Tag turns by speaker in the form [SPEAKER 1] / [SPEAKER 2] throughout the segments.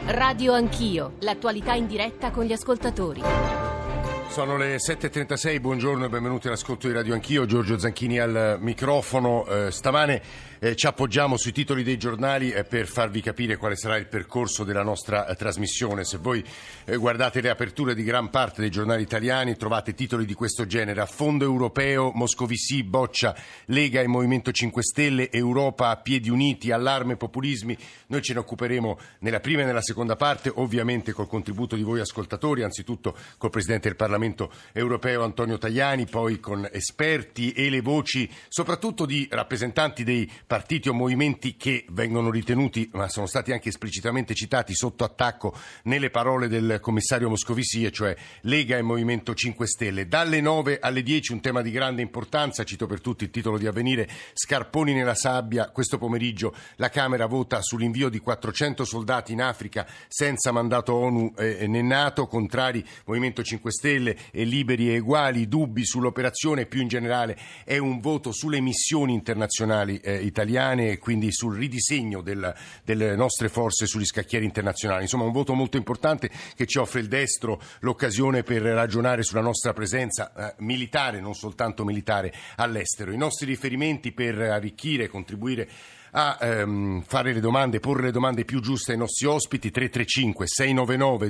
[SPEAKER 1] Radio Anch'io, l'attualità in diretta con gli ascoltatori.
[SPEAKER 2] Sono le 7.36, buongiorno e benvenuti all'ascolto di Radio Anch'io, Giorgio Zanchini al microfono. Stamane ci appoggiamo sui titoli dei giornali per farvi capire quale sarà il percorso della nostra trasmissione. Se voi guardate le aperture di gran parte dei giornali italiani trovate titoli di questo genere: a fondo europeo, Moscovici boccia Lega e Movimento 5 Stelle, Europa a piedi uniti, allarme populismi. Noi ce ne occuperemo nella prima e nella seconda parte, ovviamente col contributo di voi ascoltatori, anzitutto col Presidente del Parlamento europeo Antonio Tajani, poi con esperti e le voci soprattutto di rappresentanti dei partiti o movimenti che vengono ritenuti, ma sono stati anche esplicitamente citati, sotto attacco nelle parole del commissario Moscovici, e cioè Lega e Movimento 5 Stelle. Dalle 9 alle 10 un tema di grande importanza, cito per tutti il titolo di Avvenire: scarponi nella sabbia. Questo pomeriggio la Camera vota sull'invio di 400 soldati in Africa senza mandato ONU né NATO, contrari Movimento 5 Stelle e Liberi e Eguali, dubbi sull'operazione, più in generale è un voto sulle missioni internazionali italiane e quindi sul ridisegno delle nostre forze sugli scacchieri internazionali. Insomma, un voto molto importante che ci offre il destro l'occasione per ragionare sulla nostra presenza militare, non soltanto militare, all'estero. I nostri riferimenti per arricchire e contribuire a fare le domande, porre le domande più giuste ai nostri ospiti: 335 699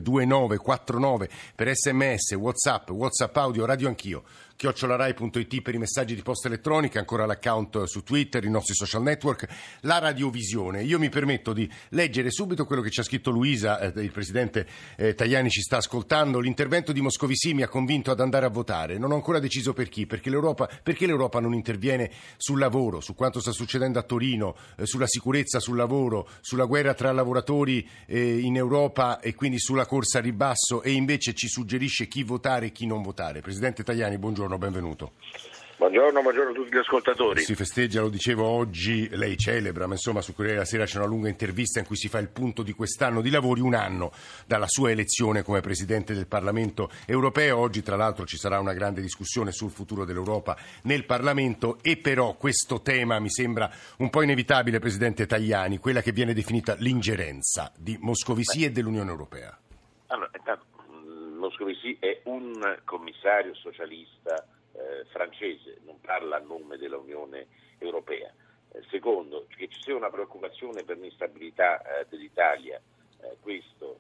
[SPEAKER 2] 2949 per SMS, WhatsApp audio, Radio Anch'io @rai.it per i messaggi di posta elettronica, ancora l'account su Twitter, i nostri social network, la radiovisione. Io mi permetto di leggere subito quello che ci ha scritto Luisa, il Presidente Tajani ci sta ascoltando. L'intervento di Moscovici mi ha convinto ad andare a votare, non ho ancora deciso per chi, perché l'Europa non interviene sul lavoro, su quanto sta succedendo a Torino, sulla sicurezza sul lavoro, sulla guerra tra lavoratori in Europa e quindi sulla corsa a ribasso, e invece ci suggerisce chi votare e chi non votare. Presidente Tajani, buongiorno, benvenuto.
[SPEAKER 3] Buongiorno a tutti gli ascoltatori.
[SPEAKER 2] Si festeggia, lo dicevo oggi, lei celebra, ma insomma su Corriere della Sera c'è una lunga intervista in cui si fa il punto di quest'anno di lavori, un anno dalla sua elezione come Presidente del Parlamento europeo. Oggi tra l'altro ci sarà una grande discussione sul futuro dell'Europa nel Parlamento, e però questo tema mi sembra un po' inevitabile, Presidente Tajani, quella che viene definita l'ingerenza di Moscovici e dell'Unione Europea.
[SPEAKER 3] Allora, intanto, Moscovici è un commissario socialista francese, non parla a nome dell'Unione Europea. Secondo, che ci sia una preoccupazione per l'instabilità dell'Italia, questo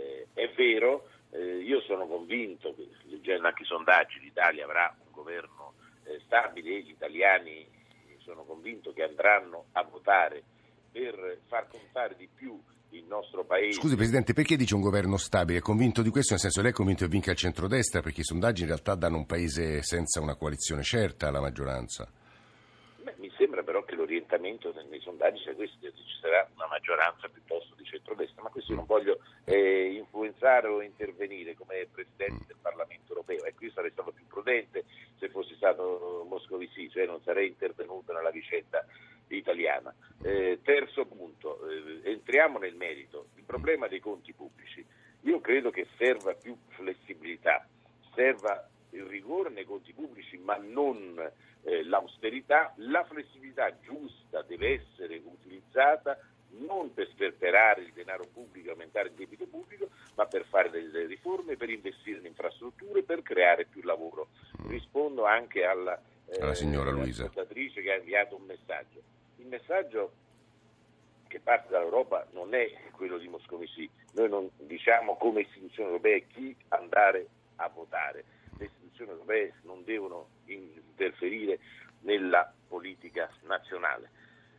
[SPEAKER 3] è vero. Io sono convinto che, leggendo anche i sondaggi, l'Italia avrà un governo stabile, e gli italiani sono convinto che andranno a votare per far contare di più il nostro paese.
[SPEAKER 2] Scusi Presidente, perché dice un governo stabile? È convinto di questo? Nel senso, lei è convinto che vinca il centrodestra? Perché i sondaggi in realtà danno un paese senza una coalizione certa alla maggioranza.
[SPEAKER 3] Mi sembra però che l'orientamento nei sondaggi sia questo, che ci sarà una maggioranza piuttosto di centrodestra, ma questo non voglio influenzare o intervenire come Presidente del Parlamento europeo. E qui sarei stato più prudente se fossi stato Moscovici, cioè non sarei intervenuto nella vicenda italiana. Terzo punto, entriamo nel merito. Il problema dei conti pubblici. Io credo che serva più flessibilità, serva il rigore nei conti pubblici, ma non l'austerità. La flessibilità giusta deve essere utilizzata non per sperperare il denaro pubblico e aumentare il debito pubblico, ma per fare delle riforme, per investire in infrastrutture, per creare più lavoro. Rispondo anche alla
[SPEAKER 2] signora Luisa,
[SPEAKER 3] ascoltatrice che ha inviato un messaggio. Il messaggio che parte dall'Europa non è quello di Moscovici. Noi non diciamo come istituzioni europee chi andare a votare. Le istituzioni europee non devono interferire nella politica nazionale.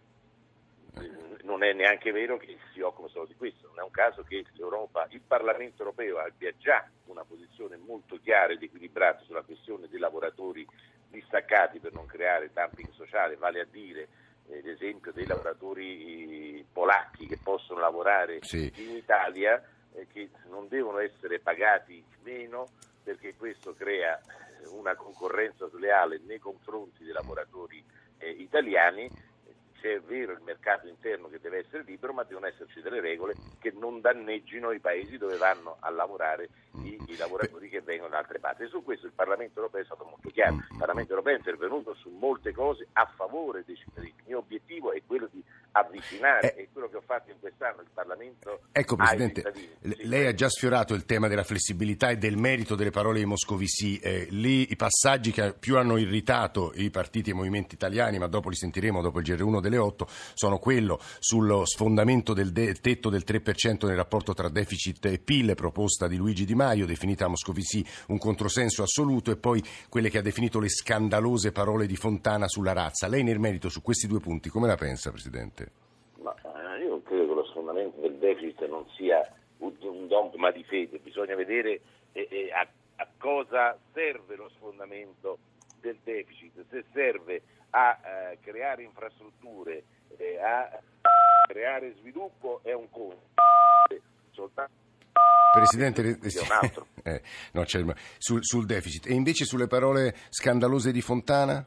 [SPEAKER 3] Non è neanche vero che si occupa solo di questo, non è un caso che l'Europa, il Parlamento europeo abbia già una posizione molto chiara ed equilibrata sulla questione dei lavoratori distaccati per non creare dumping sociale, vale a dire l'esempio dei lavoratori polacchi che possono lavorare in Italia, che non devono essere pagati meno, perché questo crea una concorrenza sleale nei confronti dei lavoratori italiani. C'è vero il mercato interno che deve essere libero, ma devono esserci delle regole che non danneggino i paesi dove vanno a lavorare i lavoratori che vengono da altre parti. E su questo il Parlamento europeo è stato molto chiaro. Il Parlamento europeo è intervenuto su molte cose a favore dei cittadini. Il mio obiettivo è quello di avvicinare, è quello che ho fatto in quest'anno, il Parlamento.
[SPEAKER 2] Ecco, Presidente,
[SPEAKER 3] Sì,
[SPEAKER 2] lei ha già sfiorato il tema della flessibilità e del merito delle parole di Moscovici. Lì i passaggi che più hanno irritato i partiti e i movimenti italiani, ma dopo li sentiremo dopo il GR1 delle 8, sono quello sullo sfondamento del tetto del 3% nel rapporto tra deficit e PIL, proposta di Luigi Di Maio, definita a Moscovici un controsenso assoluto, e poi quelle che ha definito le scandalose parole di Fontana sulla razza. Lei nel merito su questi due punti come la pensa, Presidente?
[SPEAKER 3] Ma io non credo che lo sfondamento del deficit non sia un dogma di fede, bisogna vedere a cosa serve lo sfondamento del deficit. Se serve a creare infrastrutture, a creare sviluppo, è un conto. Soltanto
[SPEAKER 2] Presidente,
[SPEAKER 3] è un altro.
[SPEAKER 2] no, sul deficit. E invece sulle parole scandalose di Fontana?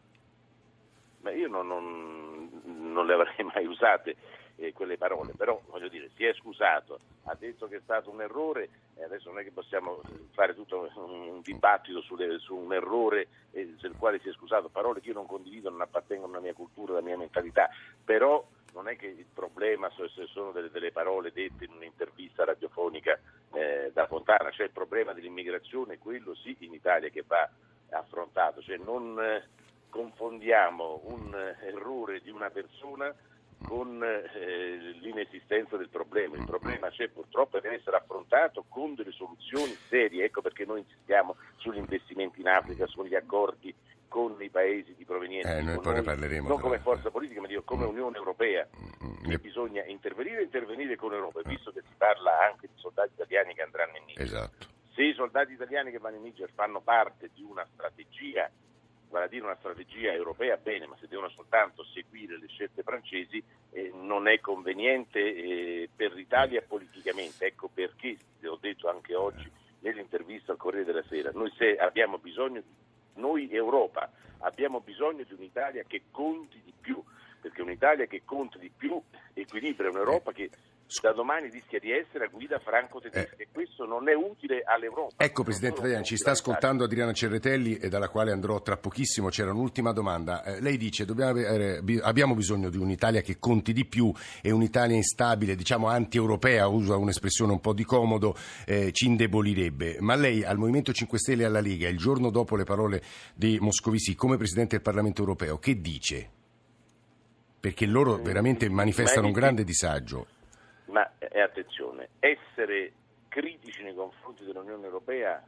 [SPEAKER 3] Ma io non le avrei mai usate quelle parole, però voglio dire, si è scusato, ha detto che è stato un errore, e adesso non è che possiamo fare tutto un dibattito su un errore sul quale si è scusato, parole che io non condivido, non appartengono alla mia cultura, alla mia mentalità, però non è che il problema sono delle parole dette in un'intervista radiofonica da Fontana, c'è il problema dell'immigrazione, quello sì in Italia che va affrontato, cioè non confondiamo un errore di una persona con l'inesistenza del problema. Il problema c'è purtroppo e deve essere affrontato con delle soluzioni serie, ecco perché noi insistiamo sugli investimenti in Africa, sugli accordi con i paesi di provenienza,
[SPEAKER 2] Noi poi ne parleremo,
[SPEAKER 3] non come forza politica ma come Unione Europea, che bisogna intervenire con l'Europa, visto che si parla anche di soldati italiani che andranno in Niger.
[SPEAKER 2] Esatto.
[SPEAKER 3] Se i soldati italiani che vanno in Niger fanno parte di una strategia, vale a dire una strategia europea, bene, ma se devono soltanto seguire le scelte francesi non è conveniente per l'Italia politicamente. Ecco perché, l'ho detto anche oggi nell'intervista al Corriere della Sera, noi Europa abbiamo bisogno di un'Italia che conti di più, perché un'Italia che conti di più equilibra un'Europa che da domani rischia di essere a guida franco-tedesca e questo non è utile all'Europa.
[SPEAKER 2] Ecco, Presidente Tajani, ci sta ascoltando Adriana Cerretelli e dalla quale andrò tra pochissimo. C'era un'ultima domanda. Lei dice abbiamo bisogno di un'Italia che conti di più e un'Italia instabile, diciamo anti-europea, usa un'espressione un po' di comodo, ci indebolirebbe. Ma lei al Movimento 5 Stelle e alla Lega, il giorno dopo le parole di Moscovici come Presidente del Parlamento europeo, che dice? Perché loro veramente manifestano un grande disagio.
[SPEAKER 3] Ma attenzione, essere critici nei confronti dell'Unione Europea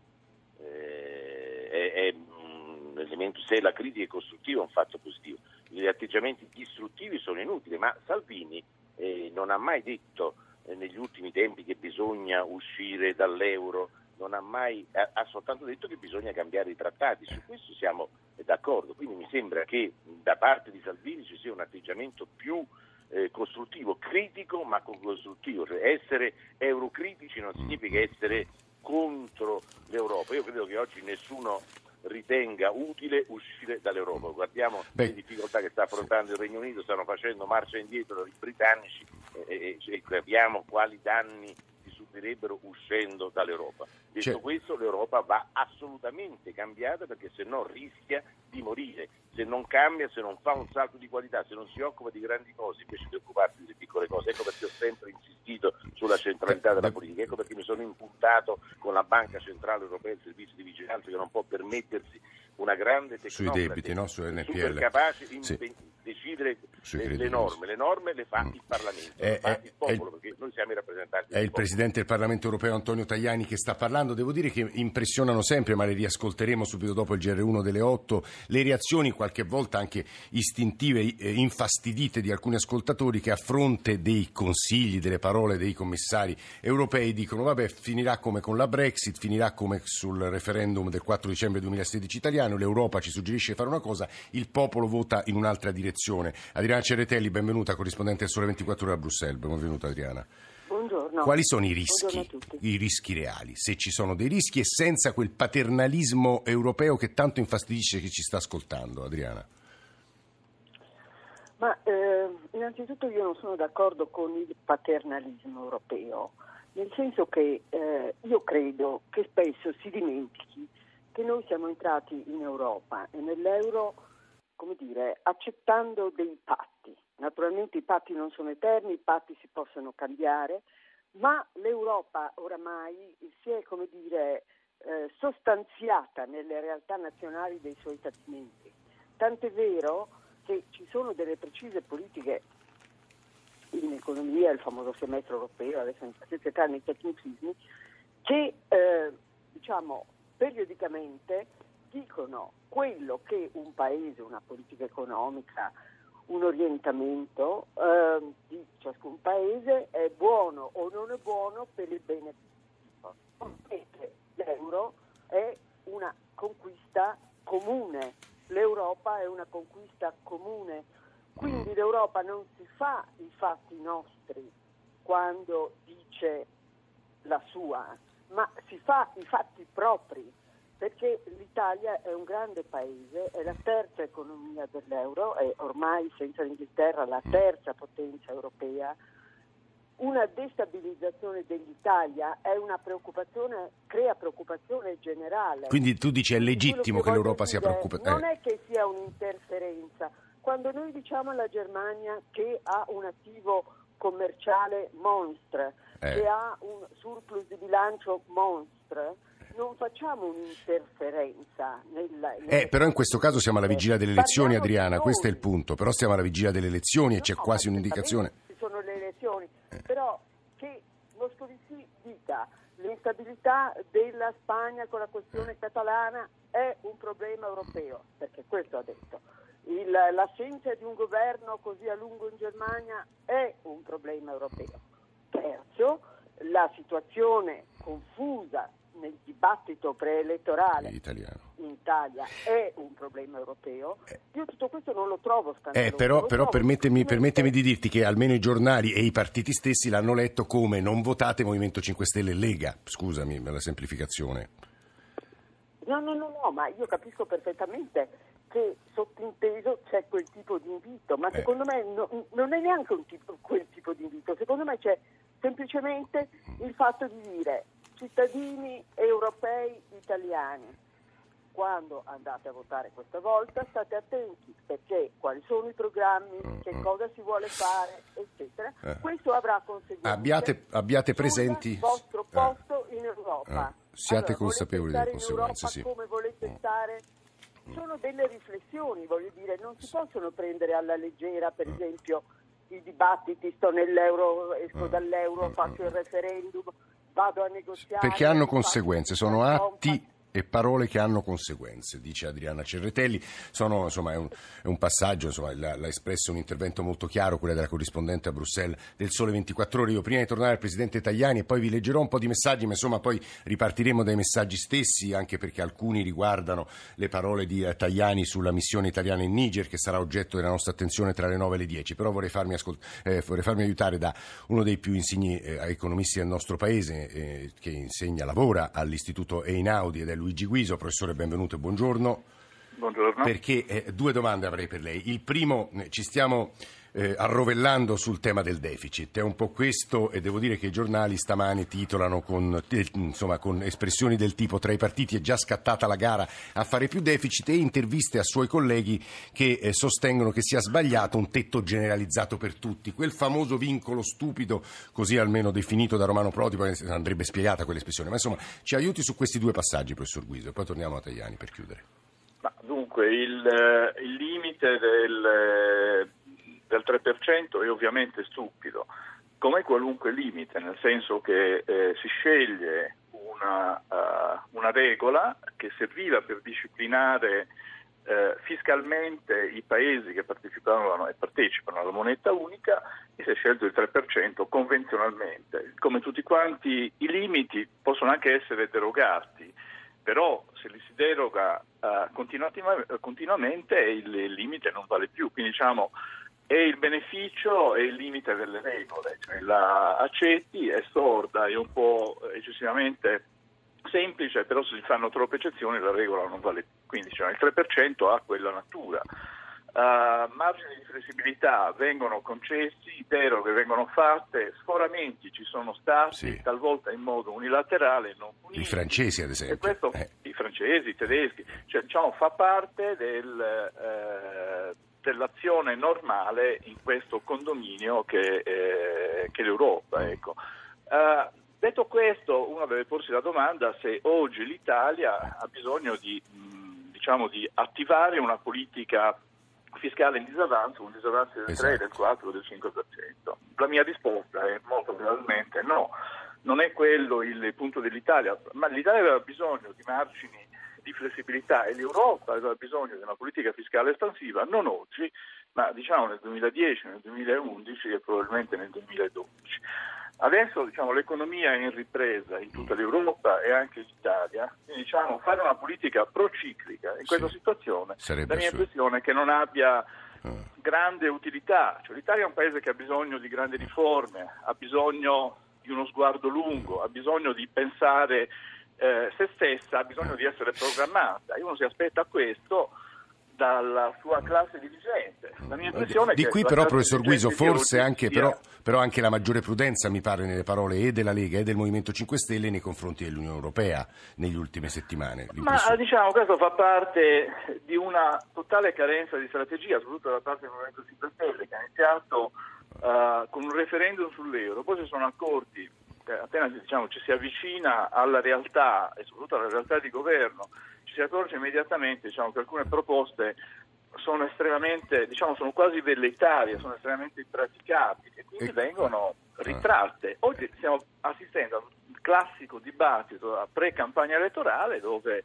[SPEAKER 3] è un elemento, se la critica è costruttiva è un fatto positivo, gli atteggiamenti distruttivi sono inutili, ma Salvini non ha mai detto negli ultimi tempi che bisogna uscire dall'euro, ha soltanto detto che bisogna cambiare i trattati, su questo siamo d'accordo, quindi mi sembra che da parte di Salvini ci sia un atteggiamento più costruttivo, critico ma costruttivo, cioè essere eurocritici non significa essere contro l'Europa. Io credo che oggi nessuno ritenga utile uscire dall'Europa. Guardiamo le difficoltà che sta affrontando il Regno Unito, stanno facendo marcia indietro i britannici e capiamo quali danni si subirebbero uscendo dall'Europa. Detto questo, l'Europa va assolutamente cambiata perché se no rischia di morire. Se non cambia, se non fa un salto di qualità, se non si occupa di grandi cose invece di occuparsi delle piccole cose. Ecco perché ho sempre insistito sulla centralità della politica, ecco perché mi sono impuntato con la Banca Centrale Europea, il servizio di vigilanza che non può permettersi una grande tecnocrate
[SPEAKER 2] sui debiti, no? Su NPL.
[SPEAKER 3] super capace di decidere le norme le fa il Parlamento, le fa il popolo, perché noi siamo i rappresentanti
[SPEAKER 2] del popolo. Presidente del Parlamento europeo Antonio Tajani che sta parlando. Devo dire che impressionano sempre, ma le riascolteremo subito dopo il GR1 delle 8, le reazioni qualche volta anche istintive, infastidite di alcuni ascoltatori che a fronte dei consigli, delle parole dei commissari europei dicono vabbè, finirà come con la Brexit, finirà come sul referendum del 4 dicembre 2016 italiano, l'Europa ci suggerisce di fare una cosa, il popolo vota in un'altra direzione. Adriana Cerretelli, benvenuta, corrispondente del Sole 24 Ore a Bruxelles. Benvenuta Adriana.
[SPEAKER 4] Buongiorno.
[SPEAKER 2] Quali sono i rischi reali, se ci sono dei rischi e senza quel paternalismo europeo che tanto infastidisce chi ci sta ascoltando, Adriana?
[SPEAKER 4] Ma innanzitutto io non sono d'accordo con il paternalismo europeo, nel senso che io credo che spesso si dimentichi che noi siamo entrati in Europa e nell'euro, come dire, accettando dei patti. Naturalmente i patti non sono eterni, i patti si possono cambiare, ma l'Europa oramai si è, come dire, sostanziata nelle realtà nazionali dei suoi Stati membri. Tant'è vero che ci sono delle precise politiche in economia, il famoso semestre europeo, adesso senza entrare nei tecnicismi, che periodicamente dicono quello che un paese, una politica economica, un orientamento di ciascun paese è buono o non è buono per il bene pubblico. L'euro è una conquista comune, l'Europa è una conquista comune, quindi l'Europa non si fa i fatti nostri quando dice la sua, ma si fa i fatti propri, perché l'Italia è un grande paese, è la terza economia dell'euro, è ormai senza l'Inghilterra la terza potenza europea. Una destabilizzazione dell'Italia è una preoccupazione, crea preoccupazione generale.
[SPEAKER 2] Quindi tu dici è legittimo che l'Europa sia preoccupata?
[SPEAKER 4] Non è che sia un'interferenza. Quando noi diciamo alla Germania che ha un attivo commerciale monstre, che ha un surplus di bilancio monstre, non facciamo un'interferenza
[SPEAKER 2] però in questo caso siamo alla vigilia delle elezioni, Adriana, questo è il punto. Però stiamo alla vigilia delle elezioni e c'è quasi un'indicazione.
[SPEAKER 4] Ci sono le elezioni, però che Moscovici dica l'instabilità della Spagna con la questione catalana è un problema europeo, perché questo ha detto. L'assenza di un governo così a lungo in Germania è un problema europeo. Terzo, la situazione confusa nel dibattito preelettorale in Italia è un problema europeo. Io tutto questo non lo trovo scandaloso.
[SPEAKER 2] Però permettimi di dirti che almeno i giornali e i partiti stessi l'hanno letto come non votate Movimento 5 Stelle e Lega. Scusami per la semplificazione.
[SPEAKER 4] No, ma io capisco perfettamente che sottinteso c'è quel tipo di invito, ma secondo me non è neanche quel tipo di invito, secondo me c'è semplicemente il fatto di dire: cittadini europei italiani, quando andate a votare questa volta state attenti, perché quali sono i programmi, che cosa si vuole fare, eccetera. Questo avrà conseguenze.
[SPEAKER 2] Abbiate presenti
[SPEAKER 4] il vostro posto in Europa.
[SPEAKER 2] Siate consapevoli delle conseguenze,
[SPEAKER 4] in Europa, come volete stare? Sono delle riflessioni, voglio dire, non si possono prendere alla leggera, per esempio, i dibattiti, sto nell'euro, esco dall'euro, faccio il referendum, vado a negoziare.
[SPEAKER 2] Perché hanno conseguenze, sono atti e parole che hanno conseguenze, dice Adriana Cerretelli. È un passaggio, l'ha espresso un intervento molto chiaro, quella della corrispondente a Bruxelles del Sole 24 Ore. Io prima di tornare al Presidente Tajani e poi vi leggerò un po' di messaggi, ma poi ripartiremo dai messaggi stessi, anche perché alcuni riguardano le parole di Tajani sulla missione italiana in Niger, che sarà oggetto della nostra attenzione tra le 9 e le 10. Però vorrei farmi aiutare da uno dei più insigni economisti del nostro paese, che lavora all'Istituto Einaudi, ed è Luigi Guiso. Professore, benvenuto e buongiorno.
[SPEAKER 5] Buongiorno.
[SPEAKER 2] Perché due domande avrei per lei. Il primo, ci stiamo arrovellando sul tema del deficit, è un po' questo, e devo dire che i giornali stamani titolano con espressioni del tipo: tra i partiti è già scattata la gara a fare più deficit, e interviste a suoi colleghi che sostengono che sia sbagliato un tetto generalizzato per tutti, quel famoso vincolo stupido, così almeno definito da Romano Prodi. Poi andrebbe spiegata quell'espressione, ma ci aiuti su questi due passaggi, professor Guiso, e poi torniamo a Tajani per chiudere.
[SPEAKER 5] Dunque, il limite del 3% è ovviamente stupido, come qualunque limite, nel senso che si sceglie una regola che serviva per disciplinare fiscalmente i paesi che partecipano e partecipano alla moneta unica, e si è scelto il 3% convenzionalmente. Come tutti quanti i limiti possono anche essere derogati, però se li si deroga continuamente il limite non vale più, quindi è il beneficio e il limite delle regole, cioè la accetti, è sorda, è un po' eccessivamente semplice, però se si fanno troppe eccezioni la regola non vale più, quindi il 3% ha quella natura. Margini di flessibilità vengono concessi, deroghe vengono fatte, sforamenti ci sono stati, talvolta in modo unilaterale, non puniti.
[SPEAKER 2] I francesi, ad esempio.
[SPEAKER 5] E questo, i francesi, i tedeschi, fa parte del dell'azione normale in questo condominio che è l'Europa. Ecco. Detto questo, uno deve porsi la domanda se oggi l'Italia ha bisogno di attivare una politica fiscale in disavanzo, un disavanzo del 3, del 4, del 5%. La mia risposta è molto probabilmente no. Non è quello il punto dell'Italia, ma l'Italia aveva bisogno di margini di flessibilità e l'Europa aveva bisogno di una politica fiscale espansiva, non oggi, ma nel 2010, nel 2011 e probabilmente nel 2012. Adesso l'economia è in ripresa in tutta l'Europa e anche in Italia, quindi fare una politica prociclica in questa situazione, la mia impressione è che non abbia grande utilità. L'Italia è un paese che ha bisogno di grandi riforme, ha bisogno di uno sguardo lungo, ha bisogno di pensare se stessa, ha bisogno di essere programmata e uno si aspetta questo dalla sua classe dirigente. La mia impressione
[SPEAKER 2] di
[SPEAKER 5] è che
[SPEAKER 2] qui però, professor Guiso, forse anche però anche la maggiore prudenza, mi pare, nelle parole e della Lega e del Movimento 5 Stelle nei confronti dell'Unione Europea negli ultime settimune.
[SPEAKER 5] Ma questo fa parte di una totale carenza di strategia, soprattutto da parte del Movimento 5 Stelle, che ha iniziato con un referendum sull'euro, poi si sono accorti appena ci si avvicina alla realtà e soprattutto alla realtà di governo, ci si accorge immediatamente che alcune proposte sono estremamente, sono quasi velleitarie, sono estremamente impraticabili e quindi vengono ritratte. Oggi stiamo assistendo a un classico dibattito a pre-campagna elettorale dove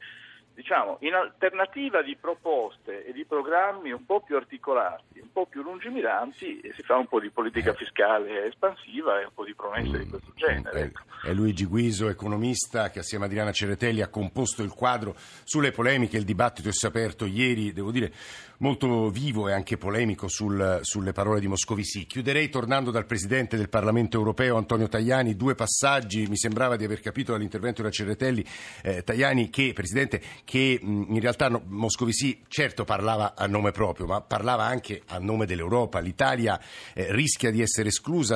[SPEAKER 5] in alternativa di proposte e di programmi un po' più articolati, un po' più lungimiranti, si fa un po' di politica fiscale espansiva e un po' di promesse di questo genere.
[SPEAKER 2] È Luigi Guiso, economista, che assieme a Adriana Ceretelli ha composto il quadro sulle polemiche. Il dibattito si è aperto ieri, devo dire, molto vivo e anche polemico sulle parole di Moscovici. Chiuderei tornando dal Presidente del Parlamento Europeo, Antonio Tajani. 2 passaggi, mi sembrava di aver capito dall'intervento della Ceretelli, Tajani, Presidente, che in realtà Moscovici certo parlava a nome proprio, ma parlava anche a nome dell'Europa. L'Italia rischia di essere esclusa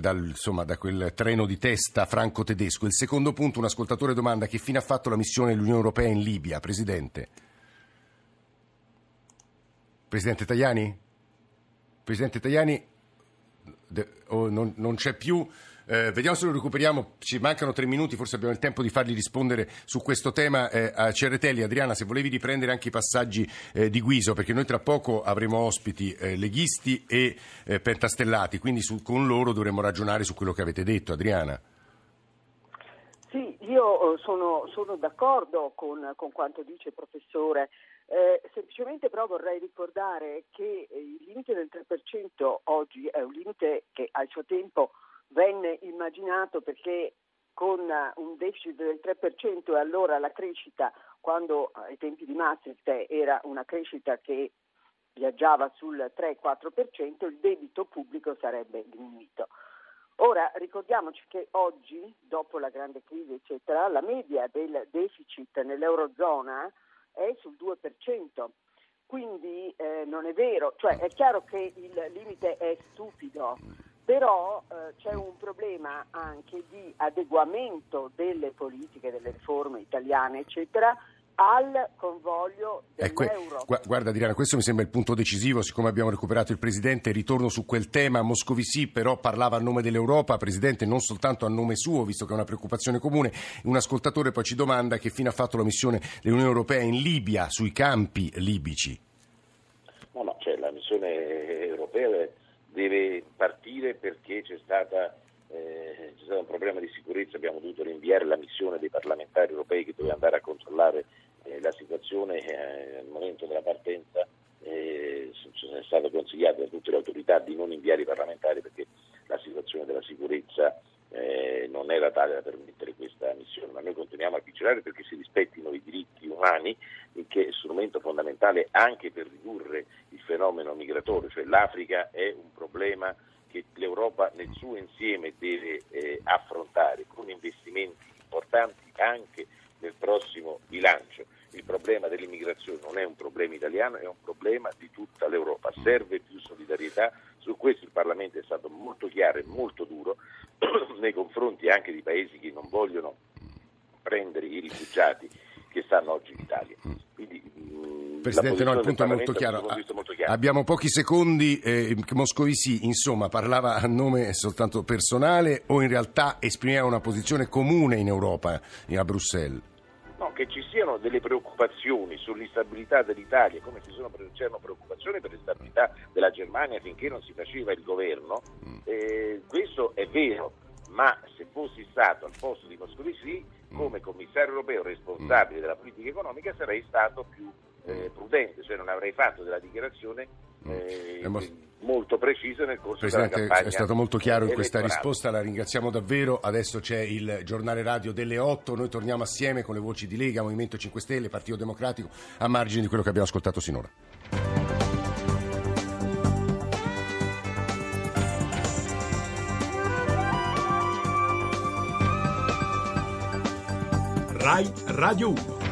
[SPEAKER 2] da quel treno di testa franco-tedesco. Il secondo punto, un ascoltatore domanda: che fine ha fatto la missione dell'Unione Europea in Libia, Presidente? Presidente Tajani? Presidente Tajani? Non c'è più. Vediamo se lo recuperiamo, ci mancano 3 minuti, forse abbiamo il tempo di fargli rispondere su questo tema. A Ceretelli, Adriana, se volevi riprendere anche i passaggi di Guiso, perché noi tra poco avremo ospiti leghisti e pentastellati, quindi con loro dovremo ragionare su quello che avete detto. Adriana.
[SPEAKER 4] Sì, io sono d'accordo con quanto dice il professore. Semplicemente però vorrei ricordare che il limite del 3% oggi è un limite che al suo tempo venne immaginato perché con un deficit del 3% e allora la crescita, quando ai tempi di Maastricht era una crescita che viaggiava sul 3-4%, il debito pubblico sarebbe diminuito. Ora ricordiamoci che oggi, dopo la grande crisi eccetera, la media del deficit nell'Eurozona è sul 2%, quindi non è vero, cioè è chiaro che il limite è stupido, però c'è un problema anche di adeguamento delle politiche, delle riforme italiane eccetera al convoglio dell'euro.
[SPEAKER 2] Guarda Adriana, questo mi sembra il punto decisivo, siccome abbiamo recuperato il Presidente, ritorno su quel tema. Moscovici però parlava a nome dell'Europa, Presidente, non soltanto a nome suo, visto che è una preoccupazione comune. Un ascoltatore poi ci domanda che fine ha fatto la missione dell'Unione Europea in Libia, sui campi libici.
[SPEAKER 3] No, la missione europea deve partire perché c'è stato un problema di sicurezza, abbiamo dovuto rinviare la missione dei parlamentari europei che doveva andare a controllare la situazione. Al momento della partenza è stato consigliato da tutte le autorità di non inviare i parlamentari perché la situazione della sicurezza non era tale da permettere questa missione, ma noi continuiamo a vigilare perché si rispettino i diritti umani, che è strumento fondamentale anche per ridurre il fenomeno migratorio. Cioè l'Africa è un problema che l'Europa nel suo insieme deve affrontare con investimenti importanti anche nel prossimo bilancio. Il problema dell'immigrazione non è un problema italiano, è un problema di tutta l'Europa. Serve più solidarietà, su questo il Parlamento è stato molto chiaro e molto duro nei confronti anche di paesi che non vogliono prendere i rifugiati che stanno oggi in Italia. Quindi
[SPEAKER 2] Presidente, no, il punto è molto chiaro. Abbiamo pochi secondi. Moscovici, insomma, parlava a nome soltanto personale o in realtà esprimeva una posizione comune in Europa, a Bruxelles?
[SPEAKER 3] No, che ci siano delle preoccupazioni sull'instabilità dell'Italia, come c'erano preoccupazioni per l'instabilità della Germania finché non si faceva il governo, questo è vero, ma se fossi stato al posto di Moscovici come commissario europeo responsabile della politica economica sarei stato più prudente, cioè non avrei fatto della dichiarazione molto precisa nel corso
[SPEAKER 2] Presidente,
[SPEAKER 3] della campagna.
[SPEAKER 2] è stato molto chiaro in questa
[SPEAKER 3] elettorale.
[SPEAKER 2] risposta, la ringraziamo davvero. Adesso c'è il giornale radio delle 8, noi torniamo assieme con le voci di Lega, Movimento 5 Stelle, Partito Democratico, a margine di quello che abbiamo ascoltato sinora.
[SPEAKER 6] Rai Radio 1.